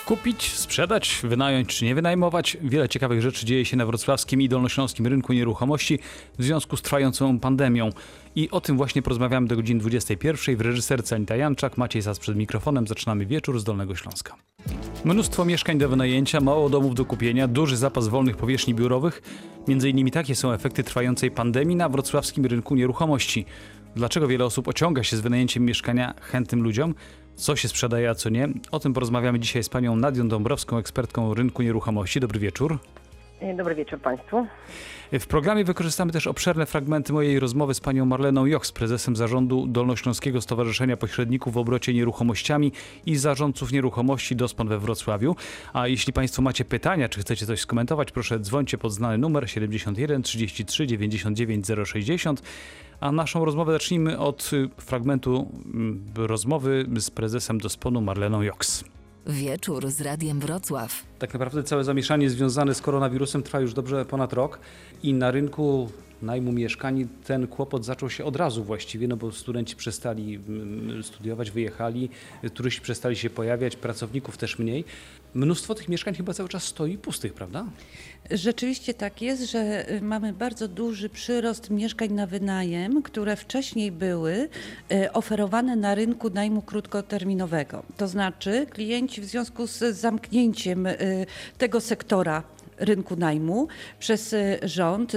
Kupić, sprzedać, wynająć czy nie wynajmować. Wiele ciekawych rzeczy dzieje się na wrocławskim i dolnośląskim rynku nieruchomości w związku z trwającą pandemią. I o tym właśnie porozmawiamy do godziny 21. W reżyserce Anita Janczak, Maciej Sas przed mikrofonem. Zaczynamy wieczór z Dolnego Śląska. Mnóstwo mieszkań do wynajęcia, mało domów do kupienia, duży zapas wolnych powierzchni biurowych. Między innymi takie są efekty trwającej pandemii na wrocławskim rynku nieruchomości. Dlaczego wiele osób ociąga się z wynajęciem mieszkania chętnym ludziom? Co się sprzedaje, a co nie? O tym porozmawiamy dzisiaj z panią Nadią Dąbrowską, ekspertką rynku nieruchomości. Dobry wieczór. Dobry wieczór Państwu. W programie wykorzystamy też obszerne fragmenty mojej rozmowy z panią Marleną Joks, prezesem zarządu Dolnośląskiego Stowarzyszenia Pośredników w Obrocie Nieruchomościami i zarządców nieruchomości DOSPON we Wrocławiu. A jeśli Państwo macie pytania, czy chcecie coś skomentować, proszę dzwońcie pod znany numer 71 33 99 060. A naszą rozmowę zacznijmy od fragmentu rozmowy z prezesem DOSPON-u Marleną Joks. Wieczór z Radiem Wrocław. Tak naprawdę całe zamieszanie związane z koronawirusem trwa już dobrze ponad rok i na rynku najmu mieszkań ten kłopot zaczął się od razu właściwie, no bo studenci przestali studiować, wyjechali, turyści przestali się pojawiać, pracowników też mniej. Mnóstwo tych mieszkań chyba cały czas stoi pustych, prawda? Rzeczywiście tak jest, że mamy bardzo duży przyrost mieszkań na wynajem, które wcześniej były oferowane na rynku najmu krótkoterminowego. To znaczy klienci w związku z zamknięciem tego sektora rynku najmu przez rząd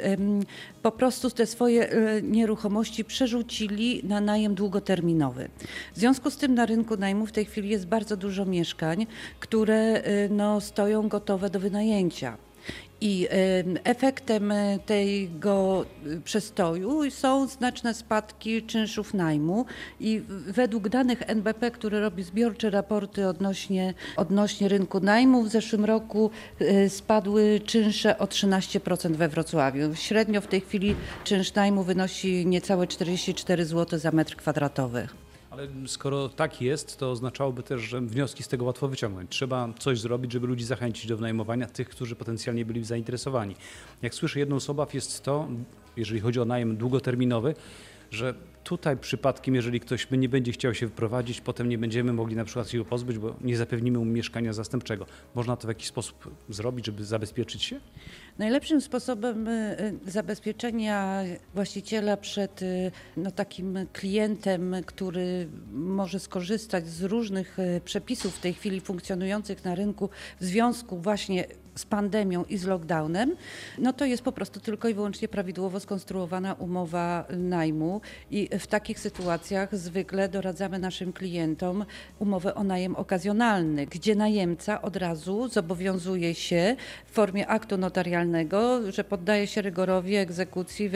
po prostu te swoje nieruchomości przerzucili na najem długoterminowy. W związku z tym na rynku najmu w tej chwili jest bardzo dużo mieszkań, które stoją gotowe do wynajęcia. I efektem tego przestoju są znaczne spadki czynszów najmu i według danych NBP, który robi zbiorcze raporty odnośnie rynku najmu, w zeszłym roku spadły czynsze o 13% we Wrocławiu. Średnio w tej chwili czynsz najmu wynosi niecałe 44 zł za metr kwadratowy. Ale skoro tak jest, to oznaczałoby też, że wnioski z tego łatwo wyciągnąć. Trzeba coś zrobić, żeby ludzi zachęcić do wynajmowania, tych, którzy potencjalnie byli zainteresowani. Jak słyszę jedną z obaw jest to, jeżeli chodzi o najem długoterminowy, że tutaj przypadkiem, jeżeli ktoś nie będzie chciał się wyprowadzić, potem nie będziemy mogli na przykład się go pozbyć, bo nie zapewnimy mu mieszkania zastępczego. Można to w jakiś sposób zrobić, żeby zabezpieczyć się? Najlepszym sposobem zabezpieczenia właściciela przed takim klientem, który może skorzystać z różnych przepisów w tej chwili funkcjonujących na rynku w związku właśnie z pandemią i z lockdownem, to jest po prostu tylko i wyłącznie prawidłowo skonstruowana umowa najmu i w takich sytuacjach zwykle doradzamy naszym klientom umowę o najem okazjonalny, gdzie najemca od razu zobowiązuje się w formie aktu notarialnego, że poddaje się rygorowi egzekucji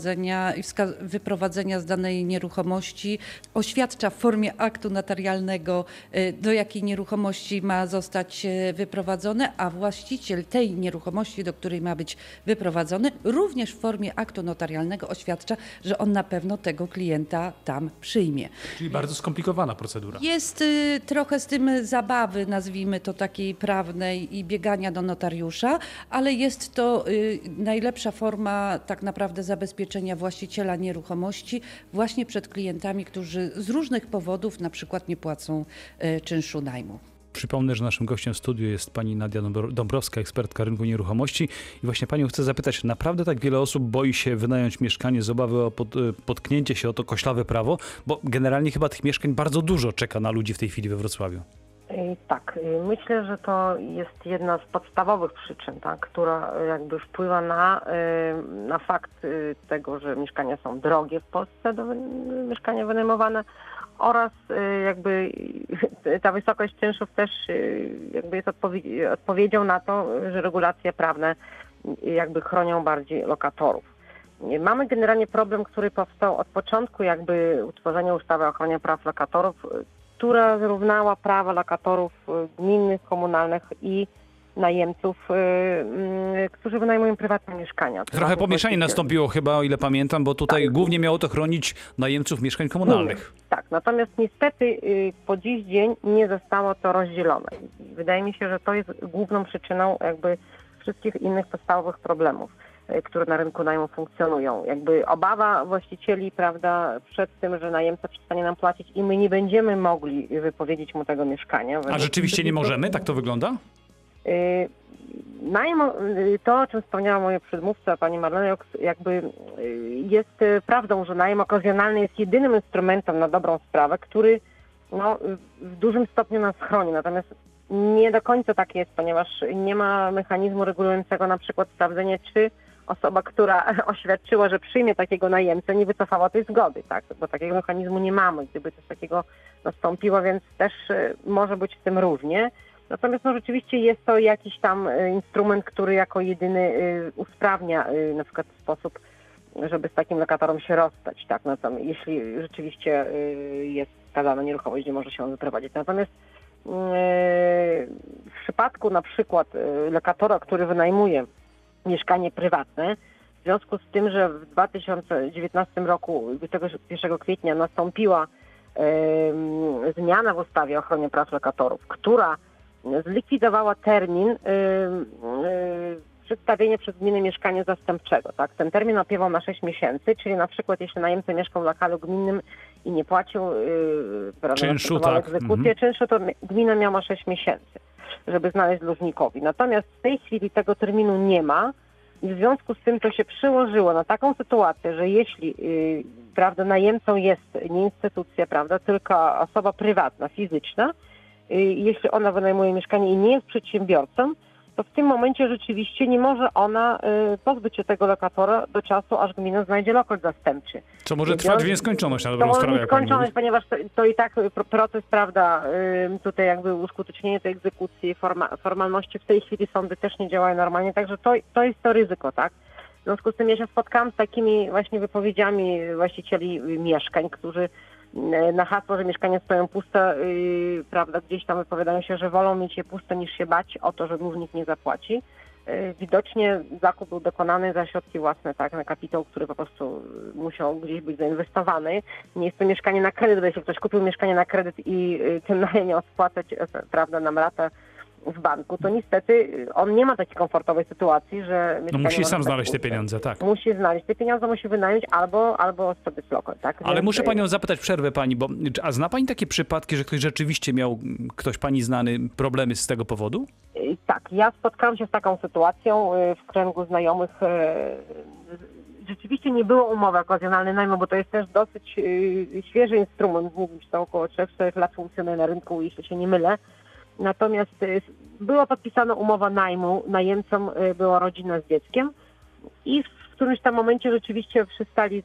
wyprowadzenia z danej nieruchomości, oświadcza w formie aktu notarialnego, do jakiej nieruchomości ma zostać wyprowadzone, a właściciel tej nieruchomości, do której ma być wyprowadzony, również w formie aktu notarialnego oświadcza, że on na pewno tego klienta tam przyjmie. Czyli bardzo skomplikowana procedura. Jest trochę z tym zabawy, nazwijmy to takiej prawnej i biegania do notariusza, ale jest to najlepsza forma tak naprawdę zabezpieczenia właściciela nieruchomości właśnie przed klientami, którzy z różnych powodów na przykład nie płacą czynszu najmu. Przypomnę, że naszym gościem w studiu jest pani Nadia Dąbrowska, ekspertka rynku nieruchomości. I właśnie panią chcę zapytać, naprawdę tak wiele osób boi się wynająć mieszkanie z obawy o potknięcie się o to koślawe prawo? Bo generalnie chyba tych mieszkań bardzo dużo czeka na ludzi w tej chwili we Wrocławiu. Tak, myślę, że to jest jedna z podstawowych przyczyn, tak, która jakby wpływa na fakt tego, że mieszkania są drogie w Polsce, mieszkania wynajmowane oraz jakby ta wysokość czynszów też jakby jest odpowiedzią na to, że regulacje prawne jakby chronią bardziej lokatorów. Mamy generalnie problem, który powstał od początku jakby utworzenia ustawy o ochronie praw lokatorów, która zrównała prawa lokatorów gminnych, komunalnych i najemców, którzy wynajmują prywatne mieszkania. Trochę pomieszanie nastąpiło chyba, o ile pamiętam, bo tutaj głównie miało to chronić najemców mieszkań komunalnych. Tak, natomiast niestety po dziś dzień nie zostało to rozdzielone. Wydaje mi się, że to jest główną przyczyną jakby wszystkich innych podstawowych problemów. które na rynku najmu funkcjonują. Jakby obawa właścicieli, prawda, przed tym, że najemca przestanie nam płacić i my nie będziemy mogli wypowiedzieć mu tego mieszkania. A rzeczywiście nie możemy? Tak to wygląda? Najem, to o czym wspomniała moja przedmówca, pani Marlena, jakby jest prawdą, że najem okazjonalny jest jedynym instrumentem na dobrą sprawę, który no, w dużym stopniu nas chroni. Natomiast nie do końca tak jest, ponieważ nie ma mechanizmu regulującego na przykład sprawdzenie, czy osoba, która oświadczyła, że przyjmie takiego najemcę, nie wycofała tej zgody, tak? Bo takiego mechanizmu nie mamy, gdyby coś takiego nastąpiło, więc też może być w tym różnie. Natomiast no, rzeczywiście jest to jakiś tam instrument, który jako jedyny usprawnia na przykład sposób, żeby z takim lokatorem się rozstać, tak? Natomiast jeśli rzeczywiście jest wskazana nieruchomość, gdzie może się on wyprowadzić. Natomiast w przypadku na przykład lokatora, który wynajmuje mieszkanie prywatne, w związku z tym, że w 2019 roku, 21 kwietnia nastąpiła zmiana w ustawie o ochronie praw lokatorów, która zlikwidowała termin przedstawienia przez gminę mieszkania zastępczego. Tak? Ten termin opiewał na 6 miesięcy, czyli na przykład jeśli najemca mieszkał w lokalu gminnym i nie płacił czynszu, tak. egzekucję czynszu, to gmina miała 6 miesięcy, żeby znaleźć dłużnikowi. Natomiast w tej chwili tego terminu nie ma i w związku z tym to się przełożyło na taką sytuację, że jeśli prawda, najemcą jest nie instytucja, prawda, tylko osoba prywatna, fizyczna, jeśli ona wynajmuje mieszkanie i nie jest przedsiębiorcą, to w tym momencie rzeczywiście nie może ona pozbyć się tego lokatora do czasu, aż gmina znajdzie lokal zastępczy. Co może trwać w nieskończoność na dobrą sprawę. Nieskończoność, ponieważ to i tak proces, prawda, tutaj jakby uskutecznienie tej egzekucji, formalności w tej chwili sądy też nie działają normalnie, także to jest to ryzyko, tak? W związku z tym ja się spotkałam z takimi właśnie wypowiedziami właścicieli mieszkań, którzy na hasło, że mieszkania stoją puste, prawda, gdzieś tam wypowiadają się, że wolą mieć je puste niż się bać o to, że dłużnik nie zapłaci. Widocznie zakup był dokonany za środki własne, tak, na kapitał, który po prostu musiał gdzieś być zainwestowany. Nie jest to mieszkanie na kredyt, bo jeśli ktoś kupił mieszkanie na kredyt i ten najem miał spłacać, prawda, na ratę w banku, to niestety on nie ma takiej komfortowej sytuacji, że... No musi sam znaleźć te pieniądze, tak. Musi znaleźć te pieniądze, musi wynająć albo sobie lokal, tak? Ale Więc... muszę panią zapytać, przerwę pani, bo a zna pani takie przypadki, że ktoś rzeczywiście miał, ktoś pani znany, problemy z tego powodu? Tak, ja spotkałam się z taką sytuacją w kręgu znajomych. Rzeczywiście nie było umowy okazjonalnej najmu, bo to jest też dosyć świeży instrument, nie wiem, czy to około 3-4 lat funkcjonuje na rynku, jeśli się nie mylę. Natomiast była podpisana umowa najmu, najemcą była rodzina z dzieckiem i w którymś tam momencie rzeczywiście przestali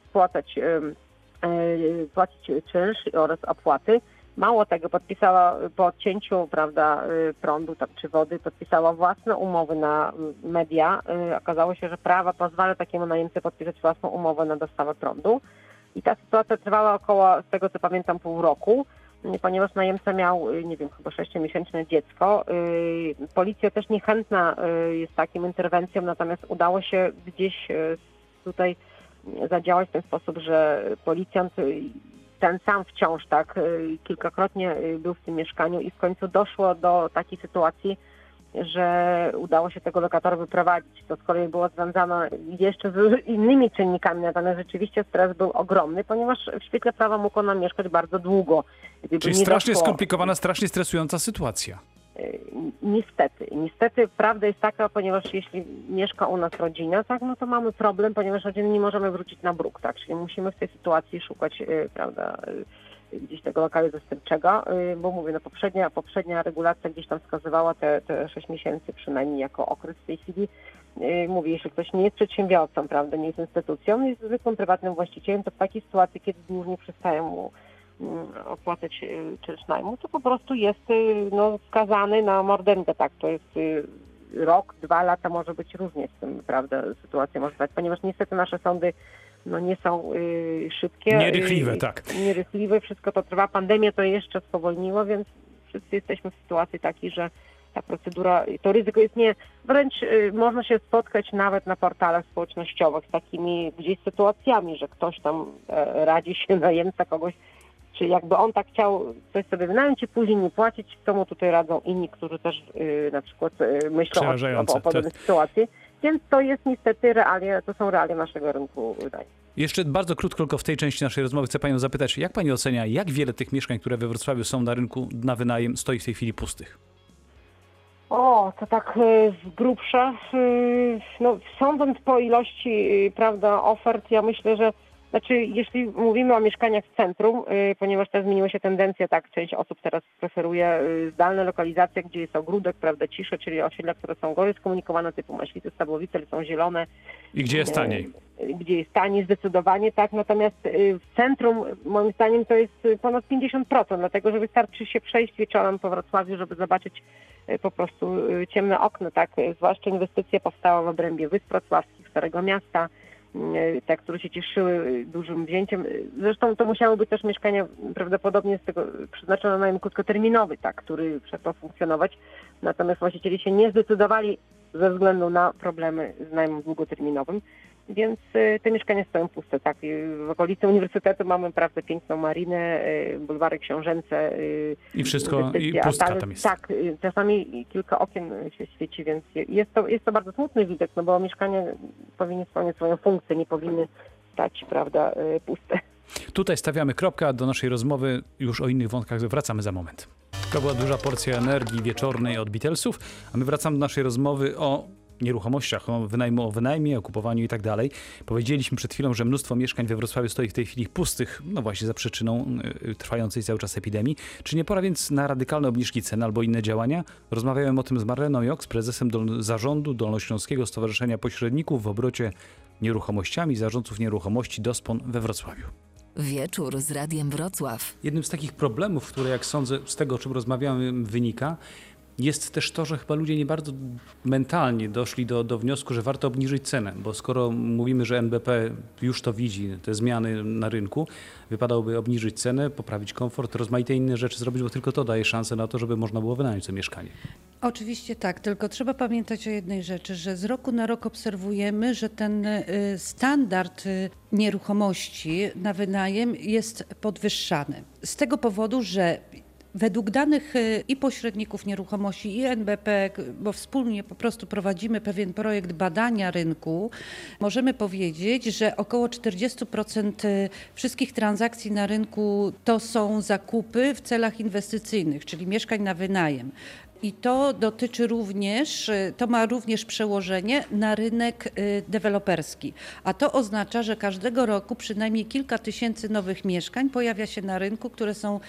płacić czynsz oraz opłaty. Mało tego, podpisała po odcięciu, prawda, prądu tam, czy wody, podpisała własne umowy na media. Okazało się, że prawo pozwala takiemu najemcy podpisać własną umowę na dostawę prądu. I ta sytuacja trwała około, z tego co pamiętam, pół roku, ponieważ najemca miał, nie wiem, chyba 6-miesięczne dziecko. Policja też niechętna jest takim interwencją, natomiast udało się gdzieś tutaj zadziałać w ten sposób, że policjant ten sam wciąż tak kilkakrotnie był w tym mieszkaniu i w końcu doszło do takiej sytuacji, że udało się tego lokatora wyprowadzić. To z kolei było związane jeszcze z innymi czynnikami, natomiast rzeczywiście stres był ogromny, ponieważ w świetle prawa mógł on nam mieszkać bardzo długo. Czyli strasznie skomplikowana, strasznie stresująca sytuacja. Niestety prawda jest taka, ponieważ jeśli mieszka u nas rodzina, tak, no to mamy problem, ponieważ rodziny nie możemy wrócić na bruk, tak, czyli musimy w tej sytuacji szukać, prawda, gdzieś tego lokalu zastępczego, bo mówię, no poprzednia regulacja gdzieś tam wskazywała te 6 miesięcy przynajmniej jako okres. W tej chwili mówię, jeśli ktoś nie jest przedsiębiorcą, prawda, nie jest instytucją, jest zwykłym prywatnym właścicielem, to w takiej sytuacji, kiedy dłużnik przestaje mu opłacać czynsz najmu, to po prostu jest no, skazany na mordęgę, tak, to jest rok, 2 lata, może być różnie z tym, prawda, sytuacja może być, ponieważ niestety nasze sądy no, nie są szybkie. Nierychliwe, tak. Nierychliwe, wszystko to trwa, pandemia to jeszcze spowolniło, więc wszyscy jesteśmy w sytuacji takiej, że ta procedura, to ryzyko jest wręcz można się spotkać nawet na portalach społecznościowych z takimi gdzieś sytuacjami, że ktoś tam radzi się, najemca kogoś, czy jakby on tak chciał coś sobie wynająć i później nie płacić, co mu tutaj radzą inni, którzy też na przykład myślą o podobnej sytuacji. Więc to jest niestety realia, to są realia naszego rynku najmu. Jeszcze bardzo krótko tylko w tej części naszej rozmowy chcę panią zapytać, jak pani ocenia, jak wiele tych mieszkań, które we Wrocławiu są na rynku na wynajem, stoi w tej chwili pustych? O, to tak z grubsza, no sądząc po ilości, prawda, ofert, ja myślę, że jeśli mówimy o mieszkaniach w centrum, ponieważ teraz zmieniła się tendencja, tak, część osób teraz preferuje zdalne lokalizacje, gdzie jest ogródek, prawda, ciszę, czyli osiedla, które są gorzej skomunikowane, typu Maślice, Stabłowice, ale są zielone. I gdzie jest taniej? Gdzie jest taniej zdecydowanie, tak, natomiast w centrum moim zdaniem to jest ponad 50%, dlatego że wystarczy się przejść wieczorem po Wrocławiu, żeby zobaczyć po prostu ciemne okno, tak, zwłaszcza inwestycja powstała w obrębie Wysp Wrocławskich, Starego Miasta, te, które się cieszyły dużym wzięciem. Zresztą to musiały być też mieszkania prawdopodobnie z tego przeznaczone na najem krótkoterminowy, tak, który przestał funkcjonować. Natomiast właściciele się nie zdecydowali ze względu na problemy z najmem długoterminowym, więc te mieszkania stoją puste. Tak. W okolicy uniwersytetu mamy prawda piękną marinę, bulwary książęce. I wszystko, i pustka tam jest. Tak, czasami kilka okien się świeci, więc jest to bardzo smutny widok, no bo mieszkania powinny spełniać swoją funkcję, nie powinny stać, prawda, puste. Tutaj stawiamy kropkę, a do naszej rozmowy już o innych wątkach wracamy za moment. To była duża porcja energii wieczornej od Beatlesów, a my wracamy do naszej rozmowy o nieruchomościach, o wynajmie, o kupowaniu i tak dalej. Powiedzieliśmy przed chwilą, że mnóstwo mieszkań we Wrocławiu stoi w tej chwili pustych, no właśnie za przyczyną trwającej cały czas epidemii. Czy nie pora więc na radykalne obniżki cen albo inne działania? Rozmawiałem o tym z Marleną Joks, prezesem zarządu Dolnośląskiego Stowarzyszenia Pośredników w obrocie nieruchomościami, zarządców nieruchomości DOSPON we Wrocławiu. Wieczór z Radiem Wrocław. Jednym z takich problemów, które jak sądzę z tego, o czym rozmawiamy, wynika, jest też to, że chyba ludzie nie bardzo mentalnie doszli do wniosku, że warto obniżyć cenę, bo skoro mówimy, że NBP już to widzi, te zmiany na rynku, wypadałoby obniżyć cenę, poprawić komfort, rozmaite inne rzeczy zrobić, bo tylko to daje szansę na to, żeby można było wynająć to mieszkanie. Oczywiście tak, tylko trzeba pamiętać o jednej rzeczy, że z roku na rok obserwujemy, że ten standard nieruchomości na wynajem jest podwyższany. Z tego powodu, że według danych i pośredników nieruchomości, i NBP, bo wspólnie po prostu prowadzimy pewien projekt badania rynku, możemy powiedzieć, że około 40% wszystkich transakcji na rynku to są zakupy w celach inwestycyjnych, czyli mieszkań na wynajem. I to dotyczy również, to ma również przełożenie na rynek deweloperski. A to oznacza, że każdego roku przynajmniej kilka tysięcy nowych mieszkań pojawia się na rynku, które są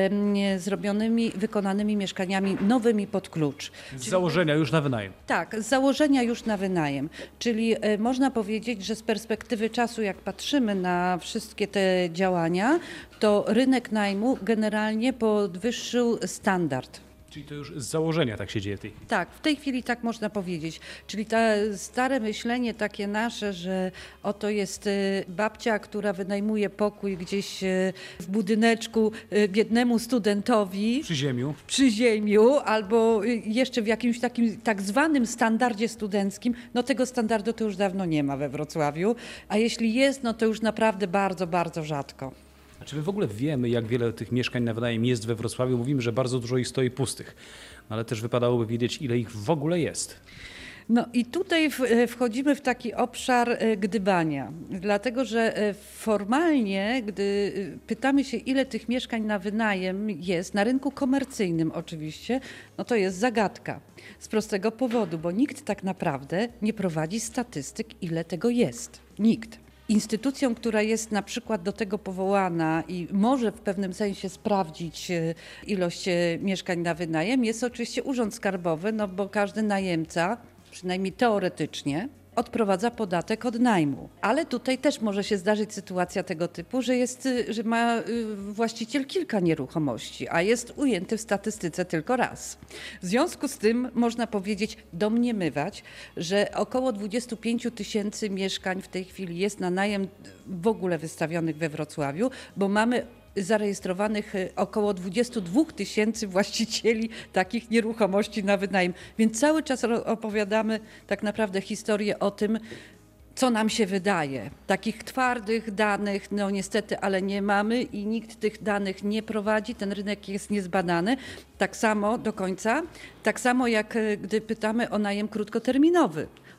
wykonanymi mieszkaniami nowymi pod klucz. Z założenia już na wynajem. Tak, z założenia już na wynajem. Czyli można powiedzieć, że z perspektywy czasu, jak patrzymy na wszystkie te działania, to rynek najmu generalnie podwyższył standard. Czyli to już z założenia tak się dzieje. Tak, w tej chwili tak można powiedzieć. Czyli to stare myślenie takie nasze, że oto jest babcia, która wynajmuje pokój gdzieś w budyneczku biednemu studentowi. Przy ziemiu, albo jeszcze w jakimś takim tak zwanym standardzie studenckim. No tego standardu to już dawno nie ma we Wrocławiu. A jeśli jest, no to już naprawdę bardzo, bardzo rzadko. A czy my w ogóle wiemy, jak wiele tych mieszkań na wynajem jest we Wrocławiu? Mówimy, że bardzo dużo ich stoi pustych, no ale też wypadałoby wiedzieć, ile ich w ogóle jest. No i tutaj wchodzimy w taki obszar gdybania, dlatego że formalnie, gdy pytamy się, ile tych mieszkań na wynajem jest, na rynku komercyjnym oczywiście, no to jest zagadka. Z prostego powodu, bo nikt tak naprawdę nie prowadzi statystyk, ile tego jest. Nikt. Instytucją, która jest na przykład do tego powołana i może w pewnym sensie sprawdzić ilość mieszkań na wynajem, jest oczywiście Urząd Skarbowy, no bo każdy najemca, przynajmniej teoretycznie, odprowadza podatek od najmu. Ale tutaj też może się zdarzyć sytuacja tego typu, że ma właściciel kilka nieruchomości, a jest ujęty w statystyce tylko raz. W związku z tym można powiedzieć, domniemywać, że około 25 000 mieszkań w tej chwili jest na najem w ogóle wystawionych we Wrocławiu, bo mamy zarejestrowanych około 22 000 właścicieli takich nieruchomości na wynajem. Więc cały czas opowiadamy tak naprawdę historię o tym, co nam się wydaje. Takich twardych danych, no niestety, ale nie mamy i nikt tych danych nie prowadzi. Ten rynek jest niezbadany. Tak samo do końca, tak samo jak gdy pytamy o najem krótkoterminowy.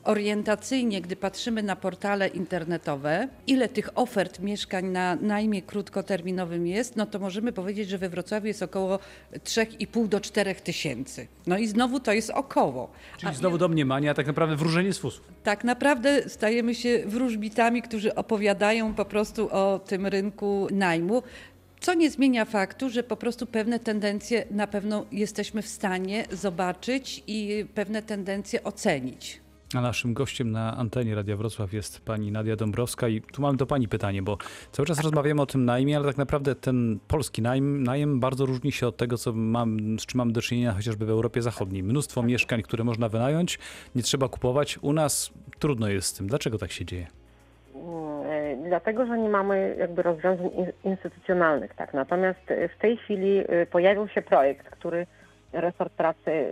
orientacyjnie, gdy patrzymy na portale internetowe, ile tych ofert mieszkań na najmie krótkoterminowym jest, no to możemy powiedzieć, że we Wrocławiu jest około 3,5 do 4 tysięcy. No i znowu to jest około. Czyli znowu domniemanie, a tak naprawdę wróżenie z fusów. Tak naprawdę stajemy się wróżbitami, którzy opowiadają po prostu o tym rynku najmu. Co nie zmienia faktu, że po prostu pewne tendencje na pewno jesteśmy w stanie zobaczyć i pewne tendencje ocenić. A naszym gościem na antenie Radia Wrocław jest pani Nadia Dąbrowska i tu mam do pani pytanie, bo cały czas rozmawiamy o tym najmie, ale tak naprawdę ten polski najem bardzo różni się od tego, z czym mamy do czynienia chociażby w Europie Zachodniej. Mnóstwo mieszkań, które można wynająć, nie trzeba kupować. U nas trudno jest z tym. Dlaczego tak się dzieje? Dlatego, że nie mamy jakby rozwiązań instytucjonalnych, tak. Natomiast w tej chwili pojawił się projekt, który resort pracy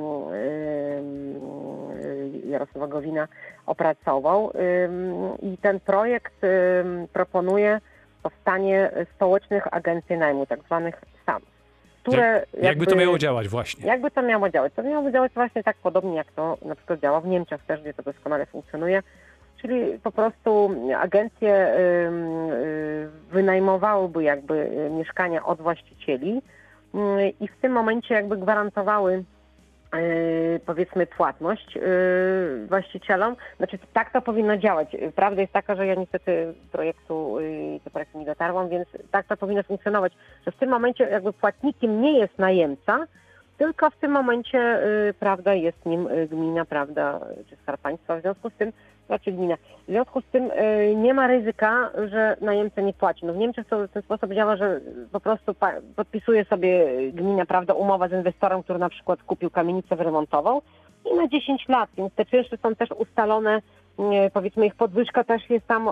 Jarosława Gowina opracował i ten projekt proponuje powstanie społecznych agencji najmu, tak zwanych SAM, które jakby to miało działać właśnie? Jakby to miało działać? To miało działać właśnie tak podobnie, jak to na przykład działa w Niemczech też, gdzie to doskonale funkcjonuje. Czyli po prostu agencje wynajmowałyby jakby mieszkania od właścicieli i w tym momencie jakby gwarantowały powiedzmy płatność właścicielom. Znaczy tak to powinno działać. Prawda jest taka, że ja niestety do projektu nie dotarłam, więc tak to powinno funkcjonować, że w tym momencie jakby płatnikiem nie jest najemca, tylko w tym momencie, prawda, jest nim gmina, prawda, czy Skarb Państwa. W związku z tym, znaczy gmina. W związku z tym nie ma ryzyka, że najemca nie płaci. No w Niemczech to w ten sposób działa, że po prostu podpisuje sobie gmina, prawda, umowę z inwestorem, który na przykład kupił kamienicę, wyremontował i na 10 lat, więc te czynsze są też ustalone, powiedzmy ich podwyżka też jest tam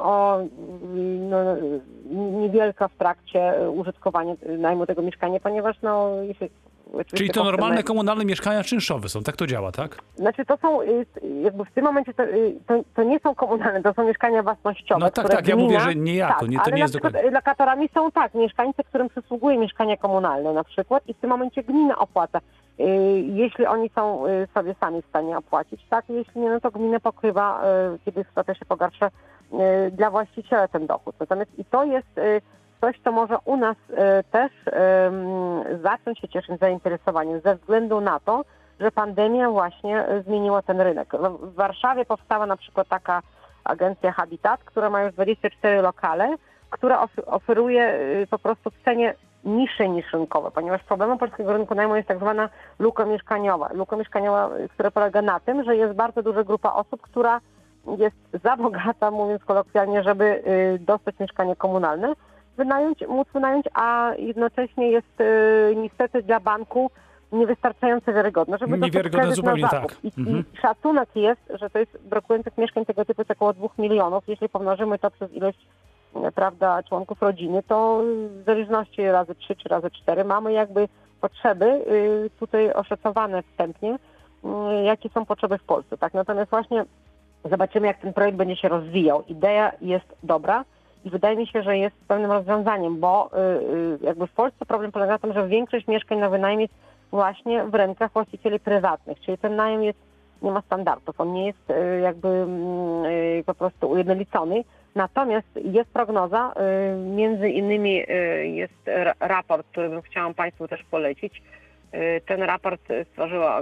niewielka w trakcie użytkowania najmu tego mieszkania, ponieważ jeśli czyli to normalne komunalne mieszkania czynszowe są, tak to działa, tak? Znaczy to są, jakby w tym momencie to nie są komunalne, to są mieszkania własnościowe. No tak, gmina, ja mówię, że niejako, tak, to nie jest dokładnie. Ale lokatorami są mieszkańcy, którym przysługuje mieszkania komunalne na przykład i w tym momencie gmina opłaca. Jeśli oni są sobie sami w stanie opłacić, tak? Jeśli nie, no to gmina pokrywa, kiedy sytuacja się pogarsza, dla właściciela ten dochód. Natomiast i to jest coś, co może u nas też zacząć się cieszyć zainteresowaniem ze względu na to, że pandemia właśnie zmieniła ten rynek. W Warszawie powstała na przykład taka agencja Habitat, która ma już 24 lokale, która oferuje po prostu w cenie niższej niż rynkowe, ponieważ problemem polskiego rynku najmu jest tak zwana luka mieszkaniowa. Luka mieszkaniowa, która polega na tym, że jest bardzo duża grupa osób, która jest za bogata, mówiąc kolokwialnie, żeby dostać mieszkanie komunalne, móc wynająć, a jednocześnie jest niestety dla banku niewystarczająco wiarygodne, żeby niewiarygodne zupełnie na zakup. tak. I szacunek jest, że to jest brakujących mieszkań tego typu jest około 2 milionów. Jeśli pomnożymy to przez ilość, prawda, członków rodziny, to w zależności razy 3 czy razy 4 mamy jakby potrzeby tutaj oszacowane wstępnie, jakie są potrzeby w Polsce. Tak? Natomiast właśnie zobaczymy, jak ten projekt będzie się rozwijał. Idea jest dobra i wydaje mi się, że jest pewnym rozwiązaniem, bo jakby w Polsce problem polega na tym, że większość mieszkań na wynajem jest właśnie w rękach właścicieli prywatnych, czyli ten najem nie ma standardów, on nie jest jakby po prostu ujednolicony. Natomiast jest prognoza, między innymi jest raport, który bym chciała Państwu też polecić. Ten raport stworzyła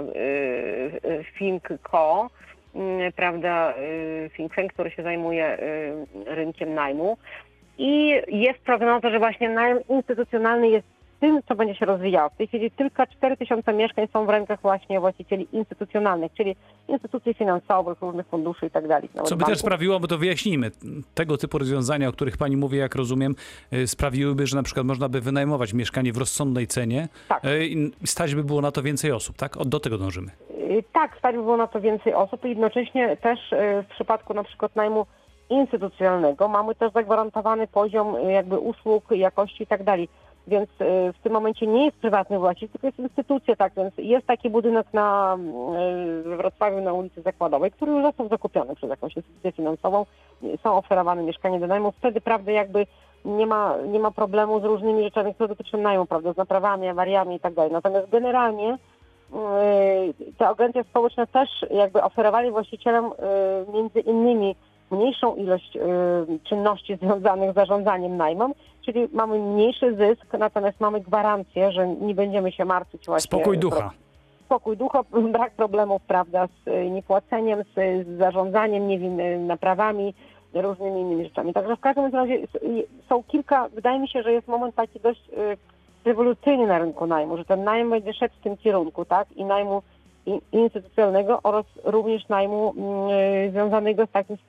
Think.co, prawda, think tank, który się zajmuje rynkiem najmu. I jest prognoza, że właśnie najem instytucjonalny jest tym, co będzie się rozwijało. W tej chwili tylko 4000 mieszkań są w rękach właśnie właścicieli instytucjonalnych, czyli instytucji finansowych, różnych funduszy i tak dalej. Co by też sprawiło, bo to wyjaśnijmy, tego typu rozwiązania, o których pani mówi, jak rozumiem, sprawiłyby, że na przykład można by wynajmować mieszkanie w rozsądnej cenie, tak. I stać by było na to więcej osób, tak? Do tego dążymy. Tak, stać by było na to więcej osób i jednocześnie też w przypadku na przykład najmu instytucjonalnego mamy też zagwarantowany poziom jakby usług, jakości i tak dalej. Więc w tym momencie nie jest prywatny właściciel, tylko jest instytucja, tak, więc jest taki budynek we Wrocławiu na ulicy Zakładowej, który już został zakupiony przez jakąś instytucję finansową, są oferowane mieszkania do najmu, wtedy, prawda, jakby nie ma problemu z różnymi rzeczami, które dotyczą najmu, prawda, z naprawami, awariami i tak dalej. Natomiast generalnie te agencje społeczne też jakby oferowali właścicielom między innymi mniejszą ilość czynności związanych z zarządzaniem najmem, czyli mamy mniejszy zysk, natomiast mamy gwarancję, że nie będziemy się martwić właśnie. Spokój ducha. Spokój ducha, brak problemów, prawda, z niepłaceniem, z zarządzaniem, nie wiem, naprawami, różnymi innymi rzeczami. Także w każdym razie są kilka, wydaje mi się, że jest moment taki dość rewolucyjny na rynku najmu, że ten najem będzie szedł w tym kierunku, tak, i najmu instytucjonalnego oraz również najmu związanego z takim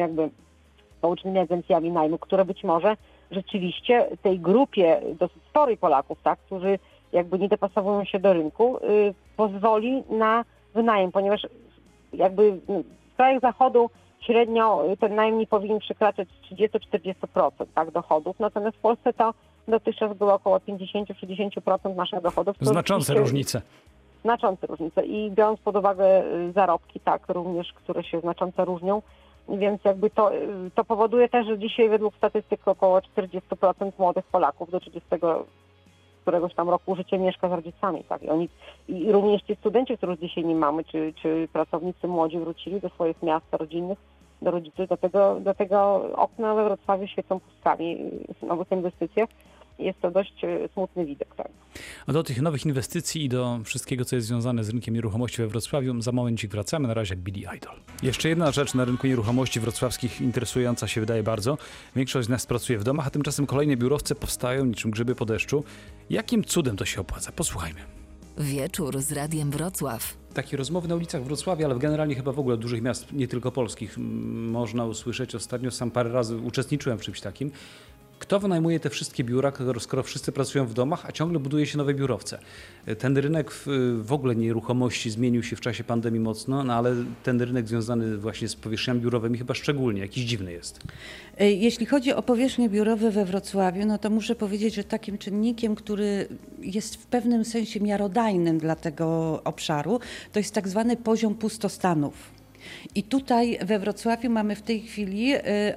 społecznymi agencjami najmu, które być może rzeczywiście tej grupie dosyć sporej Polaków, tak, którzy jakby nie dopasowują się do rynku, pozwoli na wynajem, ponieważ jakby w krajach Zachodu średnio ten najem nie powinien przekraczać 30-40% tak, dochodów, natomiast w Polsce to dotychczas było około 50-60% naszych dochodów. Znaczące różnice. Znaczące różnice i biorąc pod uwagę zarobki, tak, również, które się znacząco różnią, więc jakby to powoduje też, że dzisiaj według statystyk około 40% młodych Polaków do 30 któregoś tam roku życie mieszka z rodzicami, tak, i również ci studenci, których dzisiaj nie mamy, czy pracownicy młodzi wrócili do swoich miast rodzinnych, do rodziców, do tego okna we Wrocławiu świecą pustkami w nowych inwestycjach. Jest to dość smutny widok. Tak. A do tych nowych inwestycji i do wszystkiego, co jest związane z rynkiem nieruchomości we Wrocławiu, za momencik wracamy. Na razie Billy Idol. Jeszcze jedna rzecz na rynku nieruchomości wrocławskich interesująca się wydaje bardzo. Większość z nas pracuje w domach, a tymczasem kolejne biurowce powstają niczym grzyby po deszczu. Jakim cudem to się opłaca? Posłuchajmy. Wieczór z Radiem Wrocław. Takie rozmowy na ulicach Wrocławia, ale generalnie chyba w ogóle dużych miast, nie tylko polskich, można usłyszeć ostatnio. Sam parę razy uczestniczyłem w czymś takim. Kto wynajmuje te wszystkie biura, skoro wszyscy pracują w domach, a ciągle buduje się nowe biurowce? Ten rynek w ogóle nieruchomości zmienił się w czasie pandemii mocno, no ale ten rynek związany właśnie z powierzchniami biurowymi chyba szczególnie, jakiś dziwny jest. Jeśli chodzi o powierzchnie biurowe we Wrocławiu, no to muszę powiedzieć, że takim czynnikiem, który jest w pewnym sensie miarodajnym dla tego obszaru, to jest tak zwany poziom pustostanów. I tutaj we Wrocławiu mamy w tej chwili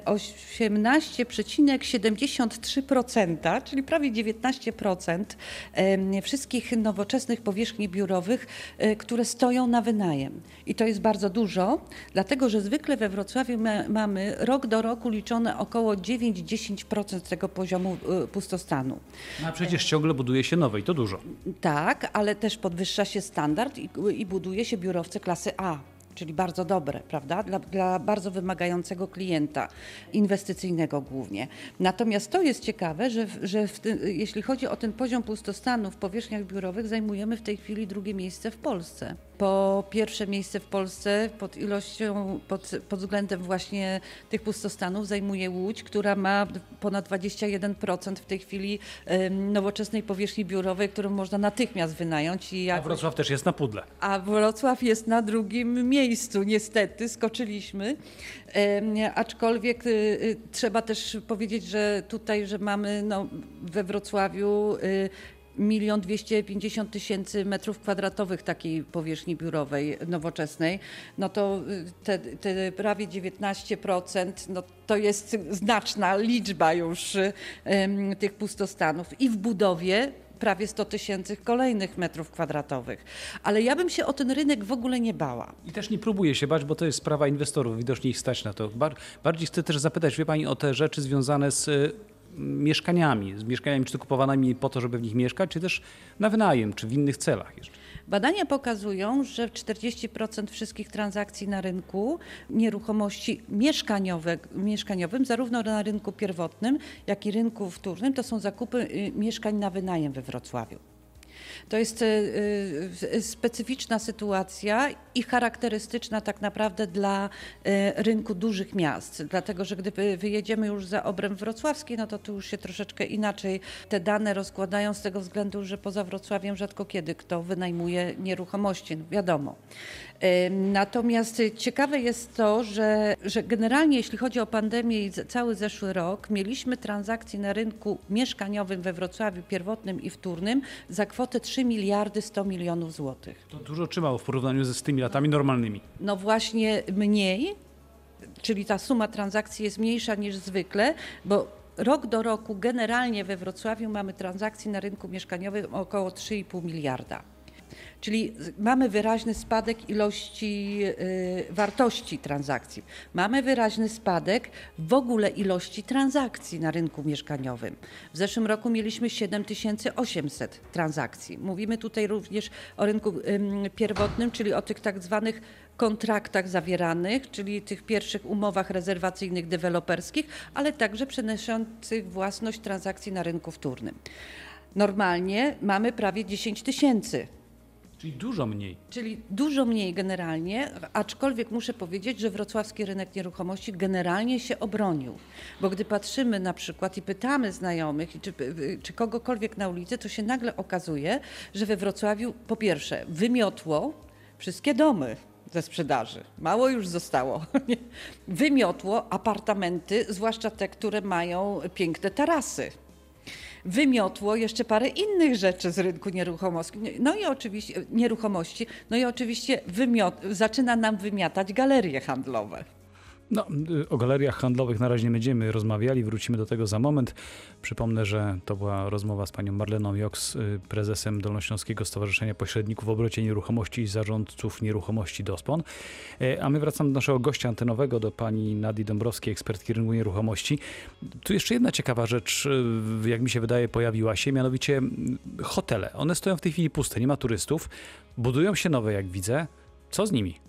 18,73%, czyli prawie 19% wszystkich nowoczesnych powierzchni biurowych, które stoją na wynajem. I to jest bardzo dużo, dlatego że zwykle we Wrocławiu mamy rok do roku liczone około 9-10% tego poziomu pustostanu. No a przecież ciągle buduje się nowe i to dużo. Tak, ale też podwyższa się standard i buduje się biurowce klasy A. Czyli bardzo dobre, prawda? Dla bardzo wymagającego klienta, inwestycyjnego głównie. Natomiast to jest ciekawe, że jeśli chodzi o ten poziom pustostanu w powierzchniach biurowych, zajmujemy w tej chwili drugie miejsce w Polsce. Po pierwsze miejsce w Polsce pod ilością, pod względem właśnie tych pustostanów zajmuje Łódź, która ma ponad 21% w tej chwili nowoczesnej powierzchni biurowej, którą można natychmiast wynająć. A Wrocław też jest na pudle. A Wrocław jest na drugim miejscu, niestety, skoczyliśmy. Aczkolwiek trzeba też powiedzieć, że tutaj, że mamy we Wrocławiu 1 250 000 metrów kwadratowych takiej powierzchni biurowej nowoczesnej, no to te prawie 19%, no to jest znaczna liczba już tych pustostanów i w budowie prawie 100 000 kolejnych metrów kwadratowych. Ale ja bym się o ten rynek w ogóle nie bała. I też nie próbuję się bać, bo to jest sprawa inwestorów, widocznie ich stać na to. Bardziej chcę też zapytać, wie Pani, o te rzeczy związane z mieszkaniami czy to kupowanymi po to, żeby w nich mieszkać, czy też na wynajem, czy w innych celach jeszcze. Badania pokazują, że 40% wszystkich transakcji na rynku nieruchomości mieszkaniowym, zarówno na rynku pierwotnym, jak i rynku wtórnym, to są zakupy mieszkań na wynajem we Wrocławiu. To jest specyficzna sytuacja i charakterystyczna tak naprawdę dla rynku dużych miast, dlatego że gdy wyjedziemy już za obręb wrocławski, no to tu już się troszeczkę inaczej te dane rozkładają z tego względu, że poza Wrocławiem rzadko kiedy kto wynajmuje nieruchomości, no wiadomo. Natomiast ciekawe jest to, że generalnie jeśli chodzi o pandemię i cały zeszły rok, mieliśmy transakcje na rynku mieszkaniowym we Wrocławiu pierwotnym i wtórnym za kwotę 3 miliardy 100 milionów złotych. To dużo czy mało w porównaniu z tymi latami normalnymi? No właśnie mniej, czyli ta suma transakcji jest mniejsza niż zwykle, bo rok do roku generalnie we Wrocławiu mamy transakcji na rynku mieszkaniowym około 3,5 miliarda. Czyli mamy wyraźny spadek ilości wartości transakcji. Mamy wyraźny spadek w ogóle ilości transakcji na rynku mieszkaniowym. W zeszłym roku mieliśmy 7800 transakcji. Mówimy tutaj również o rynku pierwotnym, czyli o tych tak zwanych kontraktach zawieranych, czyli tych pierwszych umowach rezerwacyjnych deweloperskich, ale także przenoszących własność transakcji na rynku wtórnym. Normalnie mamy prawie 10 000. Czyli dużo mniej. Czyli dużo mniej generalnie, aczkolwiek muszę powiedzieć, że wrocławski rynek nieruchomości generalnie się obronił. Bo gdy patrzymy na przykład i pytamy znajomych, czy kogokolwiek na ulicy, to się nagle okazuje, że we Wrocławiu po pierwsze wymiotło wszystkie domy ze sprzedaży. Mało już zostało. Wymiotło apartamenty, zwłaszcza te, które mają piękne tarasy. Wymiotło jeszcze parę innych rzeczy z rynku nieruchomości, no i oczywiście zaczyna nam wymiatać galerie handlowe. No, o galeriach handlowych na razie nie będziemy rozmawiali, wrócimy do tego za moment. Przypomnę, że to była rozmowa z panią Marleną Joks, prezesem Dolnośląskiego Stowarzyszenia Pośredników w Obrocie Nieruchomości i zarządców nieruchomości DOSPON. A my wracamy do naszego gościa antenowego, do pani Nadii Dąbrowskiej, ekspertki rynku nieruchomości. Tu jeszcze jedna ciekawa rzecz, jak mi się wydaje, pojawiła się, mianowicie hotele. One stoją w tej chwili puste, nie ma turystów, budują się nowe, jak widzę. Co z nimi?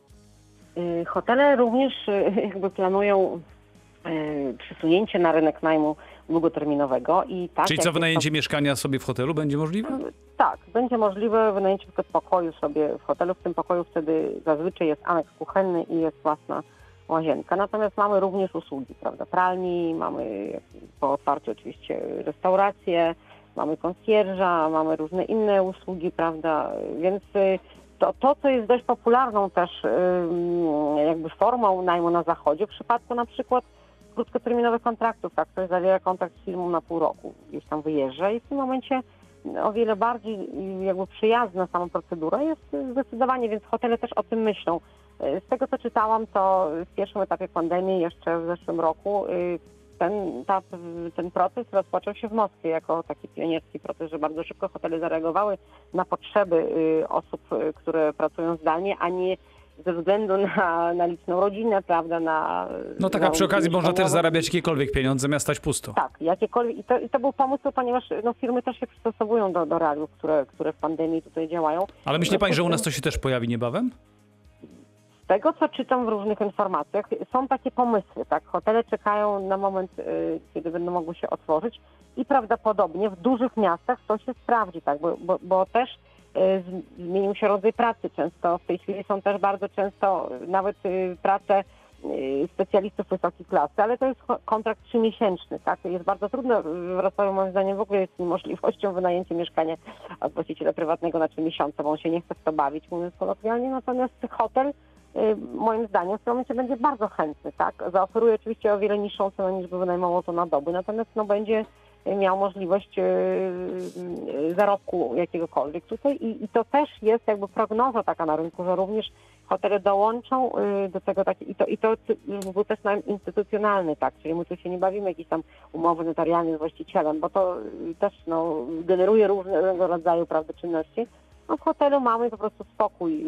Hotele również jakby planują przesunięcie na rynek najmu długoterminowego i tak. Czyli co, wynajęcie mieszkania sobie w hotelu będzie możliwe? Tak, będzie możliwe wynajęcie tylko pokoju sobie w hotelu. W tym pokoju wtedy zazwyczaj jest aneks kuchenny i jest własna łazienka. Natomiast mamy również usługi, prawda, pralni, mamy po otwarciu oczywiście restauracje, mamy konsjerża, mamy różne inne usługi, prawda, więc to, co jest dość popularną też jakby formą najmu na zachodzie, w przypadku na przykład krótkoterminowych kontraktów, tak, ktoś zawiera kontrakt z firmą na pół roku, gdzieś tam wyjeżdża i w tym momencie o wiele bardziej jakby przyjazna sama procedura jest zdecydowanie, więc hotele też o tym myślą. Z tego, co czytałam, to w pierwszym etapie pandemii, jeszcze w zeszłym roku, ten proces rozpoczął się w Moskwie jako taki pionierski proces, że bardzo szybko hotele zareagowały na potrzeby osób, które pracują zdalnie, a nie ze względu na liczną rodzinę, prawda, No tak, a przy okazji można też zarabiać jakiekolwiek pieniądze, zamiast stać pusto. Tak, jakiekolwiek. I to był pomysł, ponieważ firmy też się przystosowują do realiów, które w pandemii tutaj działają. Ale myśli pani, że u nas to się też pojawi niebawem? Z tego, co czytam w różnych informacjach, są takie pomysły, tak? Hotele czekają na moment, kiedy będą mogły się otworzyć i prawdopodobnie w dużych miastach to się sprawdzi, tak? Bo też zmienił się rodzaj pracy często. W tej chwili są też bardzo często nawet prace specjalistów wysokiej klasy, ale to jest kontrakt 3-miesięczny, tak? Jest bardzo trudno, w Wrocławiu moim zdaniem w ogóle jest niemożliwością wynajęcia mieszkania od właściciela prywatnego na 3 miesiące, bo on się nie chce w to bawić, mówiąc kolokwialnie, natomiast hotel moim zdaniem w tym momencie będzie bardzo chętny, tak? Zaoferuje oczywiście o wiele niższą cenę niż by wynajmował to na doby, natomiast będzie miał możliwość zarobku jakiegokolwiek tutaj i to też jest jakby prognoza taka na rynku, że również hotele dołączą do tego i to był też najem instytucjonalny, tak, czyli my tu się nie bawimy jakieś tam umowy notarialne z właścicielem, bo to też generuje różnego rodzaju, prawda, czynności. No w hotelu mamy po prostu spokój,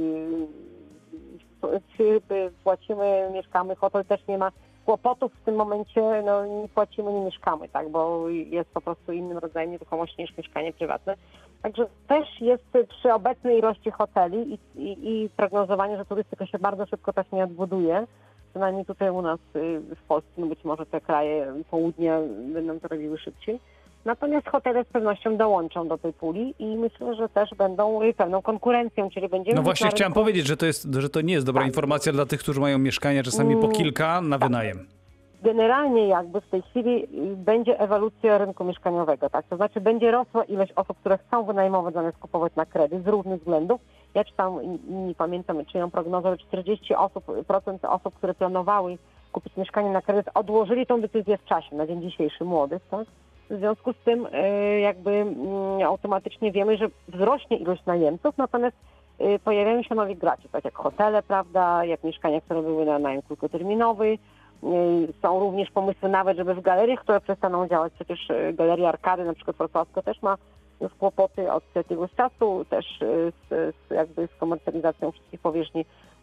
płacimy, mieszkamy, hotel też nie ma kłopotów w tym momencie, nie płacimy, nie mieszkamy, tak, bo jest po prostu innym rodzajem nieruchomości niż mieszkanie prywatne. Także też jest przy obecnej ilości hoteli i prognozowanie, że turystyka się bardzo szybko też nie odbuduje, przynajmniej tutaj u nas w Polsce, być może te kraje południa będą to robiły szybciej. Natomiast hotele z pewnością dołączą do tej puli i myślę, że też będą pewną konkurencją, czyli będziemy... No właśnie chciałem powiedzieć, że to nie jest dobra informacja dla tych, którzy mają mieszkania czasami po kilka na wynajem. Generalnie jakby w tej chwili będzie ewolucja rynku mieszkaniowego, tak? To znaczy będzie rosła ilość osób, które chcą wynajmować zamiast kupować na kredyt z różnych względów. Ja czytam, nie pamiętam czyją prognozę, że 40% osób, które planowały kupić mieszkanie na kredyt, odłożyli tą decyzję w czasie, na dzień dzisiejszy młodych, tak? W związku z tym jakby automatycznie wiemy, że wzrośnie ilość najemców, natomiast pojawiają się nowi gracze, tak jak hotele, prawda, jak mieszkania, które były na najem krótkoterminowy. Są również pomysły nawet, żeby w galeriach, które przestaną działać, przecież Galeria Arkady, na przykład wrocławska też ma już kłopoty od jakiegoś czasu, też jakby z komercjalizacją wszystkich powierzchni.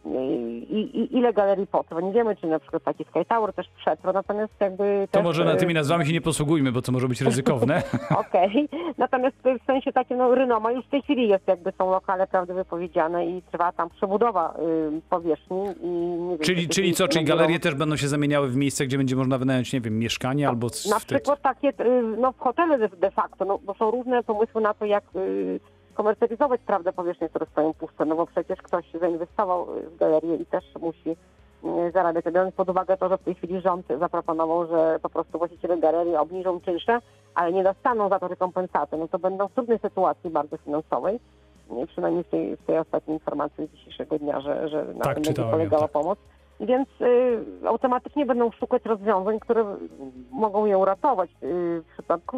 Ile galerii potrwa. Nie wiemy, czy na przykład taki Sky Tower też przetrwa, natomiast jakby... To też, może na tymi nazwami się nie posługujmy, bo to może być ryzykowne. Okej. Natomiast w sensie takim, Rynoma już w tej chwili jest, jakby są lokale prawdy wypowiedziane i trwa tam przebudowa powierzchni. I nie wiem, Czyli co? Czyli galerie też będą się zamieniały w miejsce, gdzie będzie można wynająć, nie wiem, mieszkanie albo... Na przykład takie, w hotele de facto, bo są różne pomysły na to, jak komercjalizować, prawda, powierzchnie, które stoją puste, bo przecież ktoś zainwestował w galerię i też musi zarabiać. Biorąc pod uwagę to, że w tej chwili rząd zaproponował, że po prostu właściciele galerii obniżą czynsze, ale nie dostaną za to rekompensaty, to będą w trudnej sytuacji bardzo finansowej. Przynajmniej w tej ostatniej informacji z dzisiejszego dnia, że na Tak, tym będzie polegała pomoc. Więc automatycznie będą szukać rozwiązań, które mogą je uratować w przypadku.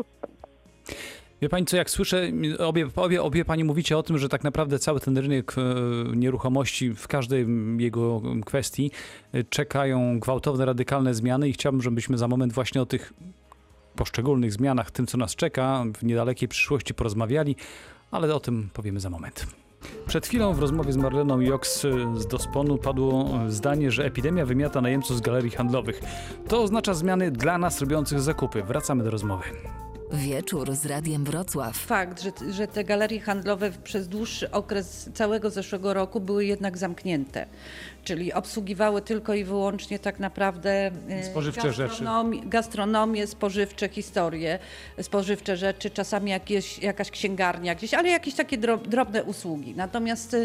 Wie pani co, jak słyszę, obie pani mówicie o tym, że tak naprawdę cały ten rynek nieruchomości w każdej jego kwestii czekają gwałtowne, radykalne zmiany i chciałbym, żebyśmy za moment właśnie o tych poszczególnych zmianach, tym co nas czeka w niedalekiej przyszłości porozmawiali, ale o tym powiemy za moment. Przed chwilą w rozmowie z Marleną Joks z Dosponu padło zdanie, że epidemia wymiata najemców z galerii handlowych. To oznacza zmiany dla nas robiących zakupy. Wracamy do rozmowy. Wieczór z Radiem Wrocław. Fakt, że te galerie handlowe przez dłuższy okres całego zeszłego roku były jednak zamknięte, czyli obsługiwały tylko i wyłącznie tak naprawdę spożywcze rzeczy. Gastronomię, spożywcze historie, spożywcze rzeczy, czasami jakaś księgarnia gdzieś, ale jakieś takie drobne usługi. Natomiast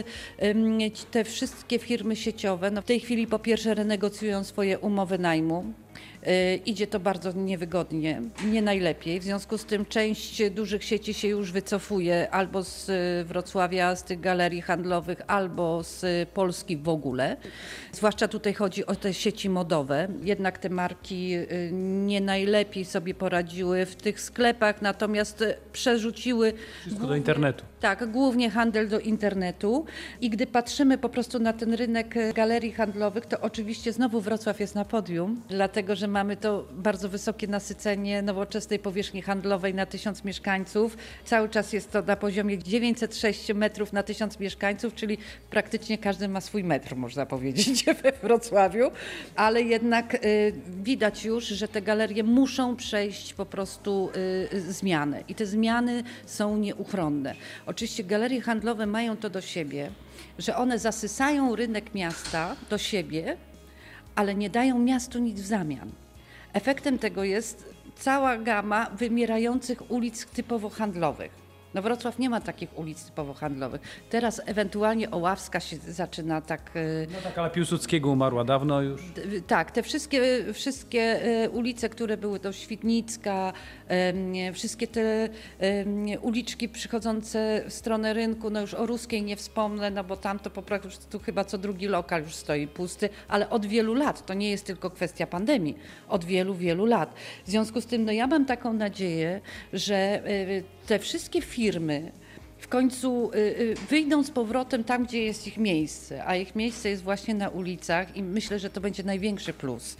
te wszystkie firmy sieciowe w tej chwili po pierwsze renegocjują swoje umowy najmu. Idzie to bardzo niewygodnie, nie najlepiej. W związku z tym część dużych sieci się już wycofuje albo z Wrocławia, z tych galerii handlowych, albo z Polski w ogóle. Zwłaszcza tutaj chodzi o te sieci modowe. Jednak te marki nie najlepiej sobie poradziły w tych sklepach, natomiast przerzuciły Wszystko do internetu. Tak, głównie handel do internetu. I gdy patrzymy po prostu na ten rynek galerii handlowych, to oczywiście znowu Wrocław jest na podium, dlatego że mamy to bardzo wysokie nasycenie nowoczesnej powierzchni handlowej na 1000 mieszkańców. Cały czas jest to na poziomie 906 metrów na 1000 mieszkańców, czyli praktycznie każdy ma swój metr, można powiedzieć, we Wrocławiu. Ale jednak widać już, że te galerie muszą przejść po prostu zmianę. I te zmiany są nieuchronne. Oczywiście galerie handlowe mają to do siebie, że one zasysają rynek miasta do siebie, ale nie dają miastu nic w zamian. Efektem tego jest cała gama wymierających ulic typowo handlowych. Wrocław nie ma takich ulic typowo handlowych. Teraz ewentualnie Oławska się zaczyna tak... Ale Piłsudskiego umarła dawno już. Tak, te wszystkie ulice, które były, to Świdnicka, wszystkie te uliczki przychodzące w stronę rynku, już o Ruskiej nie wspomnę, bo tam to po prostu chyba co drugi lokal już stoi pusty, ale od wielu lat, to nie jest tylko kwestia pandemii, od wielu, wielu lat. W związku z tym ja mam taką nadzieję, że te wszystkie firmy w końcu wyjdą z powrotem tam, gdzie jest ich miejsce, a ich miejsce jest właśnie na ulicach i myślę, że to będzie największy plus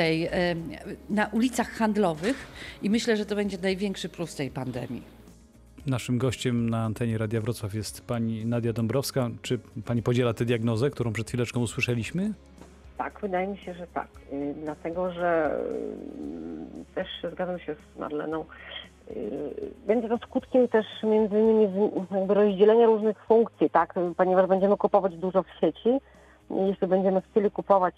na ulicach handlowych i myślę, że to będzie największy plus tej pandemii. Naszym gościem na antenie Radia Wrocław jest pani Nadia Dąbrowska. Czy pani podziela tę diagnozę, którą przed chwileczką usłyszeliśmy? Tak, wydaje mi się, że tak. Dlatego, że też zgadzam się z Marleną. Będzie to skutkiem też między innymi jakby rozdzielenia różnych funkcji, tak? Ponieważ będziemy kupować dużo w sieci. Jeśli będziemy chcieli kupować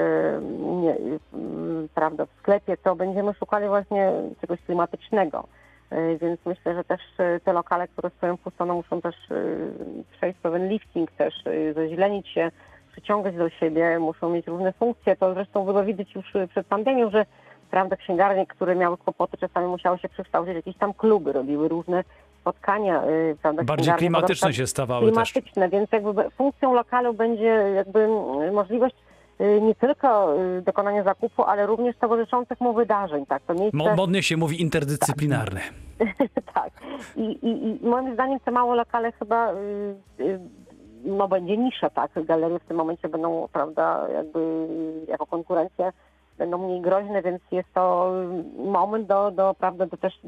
prawda, w sklepie, to będziemy szukali właśnie czegoś klimatycznego. Więc myślę, że też te lokale, które stoją puste, muszą też przejść pewien lifting, też zazielenić się, przyciągać do siebie, muszą mieć różne funkcje. To zresztą było widać już przed pandemią, że prawda, księgarnie, które miały kłopoty, czasami musiały się przekształcić w jakieś tam kluby, robiły różne spotkania. Prawda, bardziej klimatyczne się stawały klimatyczne, więc jakby funkcją lokalu będzie jakby możliwość nie tylko dokonania zakupu, ale również towarzyszących mu wydarzeń. Tak, to miejsce... Modnie się mówi interdyscyplinarne. Tak. I moim zdaniem te małe lokale chyba będzie nisza, tak. Galerie w tym momencie będą, prawda, jakby jako konkurencja będą mniej groźne, więc jest to moment do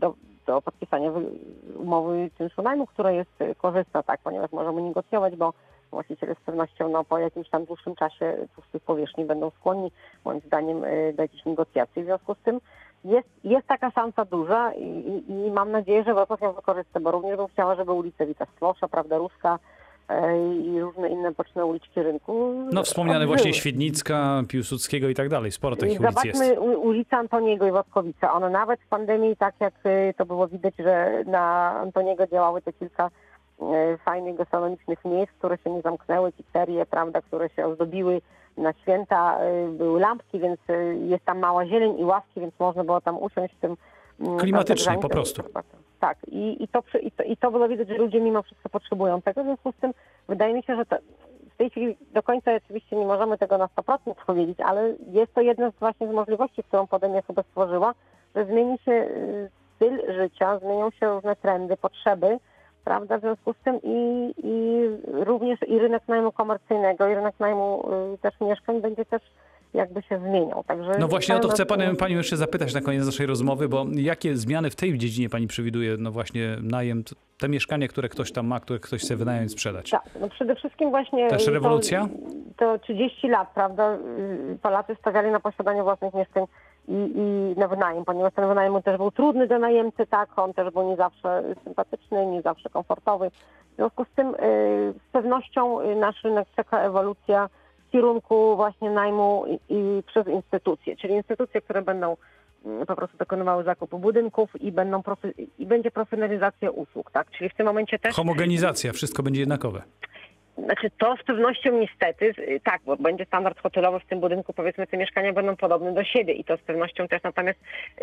do podpisania umowy czynszu najmu, która jest korzystna, tak, ponieważ możemy negocjować, bo właściciele z pewnością po jakimś tam dłuższym czasie pustych powierzchni będą skłonni, moim zdaniem, do jakichś negocjacji. W związku z tym jest taka szansa duża i mam nadzieję, że Wrocław ją wykorzysta, bo również bym chciała, żeby ulice Wita Sklosza, prawda, Ruska i różne inne boczne uliczki rynku. No wspomniane właśnie Świdnicka, Piłsudskiego i tak dalej. Sporo takich ulic jest. Zobaczmy ulicę Antoniego i Wodkowica. One nawet w pandemii, tak jak to było widać, że na Antoniego działały te kilka fajnych gastronomicznych miejsc, które się nie zamknęły, pizzerie, prawda, które się ozdobiły na święta, były lampki, więc jest tam mała zieleń i ławki, więc można było tam usiąść w tym. Klimatycznie po prostu. Tak, i to było widać, że ludzie mimo wszystko potrzebują tego, w związku z tym wydaje mi się, że w tej chwili do końca oczywiście nie możemy tego na 100% powiedzieć, ale jest to jedna z możliwości, którą pandemia chyba stworzyła, że zmieni się styl życia, zmienią się różne trendy, potrzeby, prawda, w związku z tym i również i rynek najmu komercyjnego, i rynek najmu też mieszkań będzie też jakby się zmieniał. Także no właśnie o to chcę panią jeszcze zapytać na koniec naszej rozmowy, bo jakie zmiany w tej dziedzinie pani przewiduje? No właśnie najem, te mieszkanie, które ktoś tam ma, które ktoś chce wynająć, sprzedać. Tak, no przede wszystkim właśnie też rewolucja? To 30 lat, prawda? Polacy stawiali na posiadanie własnych mieszkań i na wynajem, ponieważ ten wynajem też był trudny do najemcy, tak, on też był nie zawsze sympatyczny, nie zawsze komfortowy. W związku z tym z pewnością nasz rynek czeka ewolucja w kierunku właśnie najmu i przez instytucje, czyli instytucje, które będą po prostu dokonywały zakupu budynków i będzie profesjonalizacja usług, tak? Czyli w tym momencie też... Homogenizacja, wszystko będzie jednakowe. Znaczy to z pewnością niestety, tak, bo będzie standard hotelowy w tym budynku, powiedzmy te mieszkania będą podobne do siebie i to z pewnością też, natomiast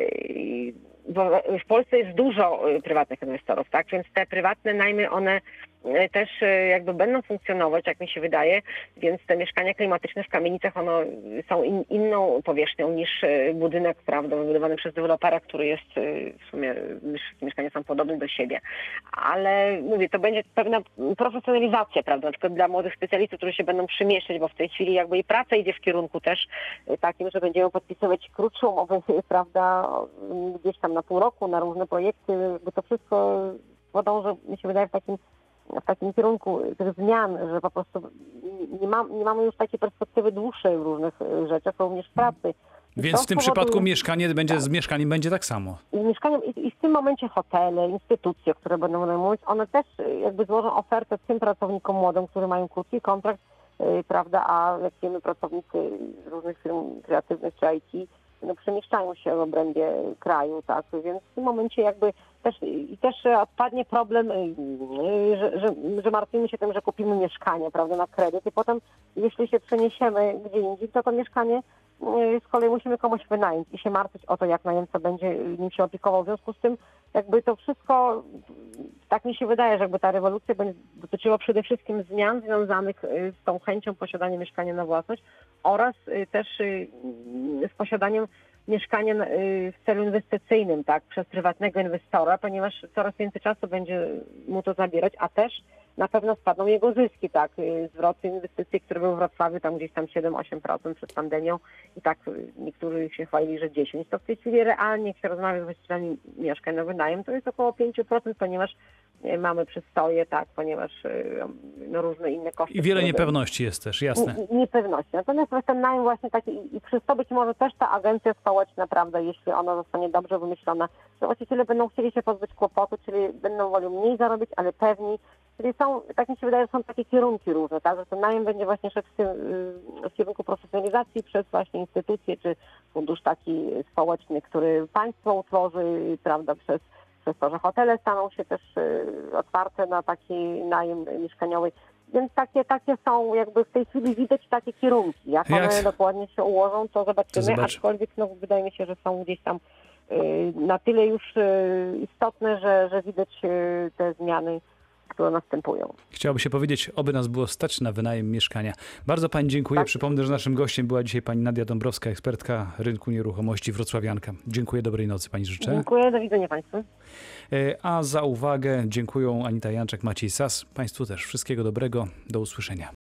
bo w Polsce jest dużo prywatnych inwestorów, tak, więc te prywatne najmy, one też jakby będą funkcjonować, jak mi się wydaje, więc te mieszkania klimatyczne w kamienicach, one są inną powierzchnią niż budynek, prawda, wybudowany przez dewelopera, który jest w sumie, mieszkania są podobne do siebie. Ale mówię, to będzie pewna profesjonalizacja, prawda, na przykład dla młodych specjalistów, którzy się będą przymieszczać, bo w tej chwili jakby i praca idzie w kierunku też takim, że będziemy podpisywać krótsze umowy, prawda, gdzieś tam na pół roku, na różne projekty, bo to wszystko podąża, mi się wydaje, w takim kierunku tych zmian, że po prostu nie mamy już takiej perspektywy dłuższej w różnych rzeczach, również w pracy. Więc w tym przypadku mieszkanie będzie, z mieszkaniem będzie tak samo. I w tym momencie hotele, instytucje, które będą najmować, one też jakby złożą ofertę tym pracownikom młodym, którzy mają krótki kontrakt, prawda, a jak wiemy, pracownicy różnych firm kreatywnych czy IT przemieszczają się w obrębie kraju, tak, więc w tym momencie jakby też odpadnie problem, że martwimy się tym, że kupimy mieszkanie, prawda, na kredyt i potem jeśli się przeniesiemy gdzie indziej, to mieszkanie z kolei musimy komuś wynająć i się martwić o to, jak najemca będzie nim się opiekował. W związku z tym jakby to wszystko, tak mi się wydaje, że jakby ta rewolucja będzie dotyczyła przede wszystkim zmian związanych z tą chęcią posiadania mieszkania na własność oraz też z posiadaniem mieszkania w celu inwestycyjnym, tak, przez prywatnego inwestora, ponieważ coraz więcej czasu będzie mu to zabierać, a też na pewno spadną jego zyski, tak, zwroty inwestycji, które były w Wrocławiu, tam gdzieś tam 7-8% przed pandemią i tak niektórzy się chwalili, że 10%, to w tej chwili realnie, jak się rozmawia z właścicielami mieszkań na wynajem, to jest około 5%, ponieważ mamy przystoje, tak, ponieważ różne inne koszty. I wiele niepewności jest też, jasne. Niepewności. Natomiast ten najem właśnie taki i przez to być może też ta agencja społeczna, prawda, jeśli ona zostanie dobrze wymyślona, że właściciele będą chcieli się pozbyć kłopotu, czyli będą woli mniej zarobić, ale pewni. Czyli tak mi się wydaje, że są takie kierunki różne, tak, że ten najem będzie właśnie szedł w kierunku profesjonalizacji przez właśnie instytucje, czy fundusz taki społeczny, który państwo utworzy, prawda, przez to, że hotele staną się też otwarte na taki najem mieszkaniowy. Więc takie są, jakby w tej chwili widać takie kierunki. Jak one dokładnie się ułożą, to zobaczymy, aczkolwiek wydaje mi się, że są gdzieś tam na tyle już istotne, że widać te zmiany, które następują. Chciałoby się powiedzieć, oby nas było stać na wynajem mieszkania. Bardzo pani dziękuję. Tak. Przypomnę, że naszym gościem była dzisiaj pani Nadia Dąbrowska, ekspertka rynku nieruchomości, wrocławianka. Dziękuję, dobrej nocy pani życzę. Dziękuję, do widzenia państwu. A za uwagę dziękuję Anita Janczak, Maciej Sas. Państwu też wszystkiego dobrego, do usłyszenia.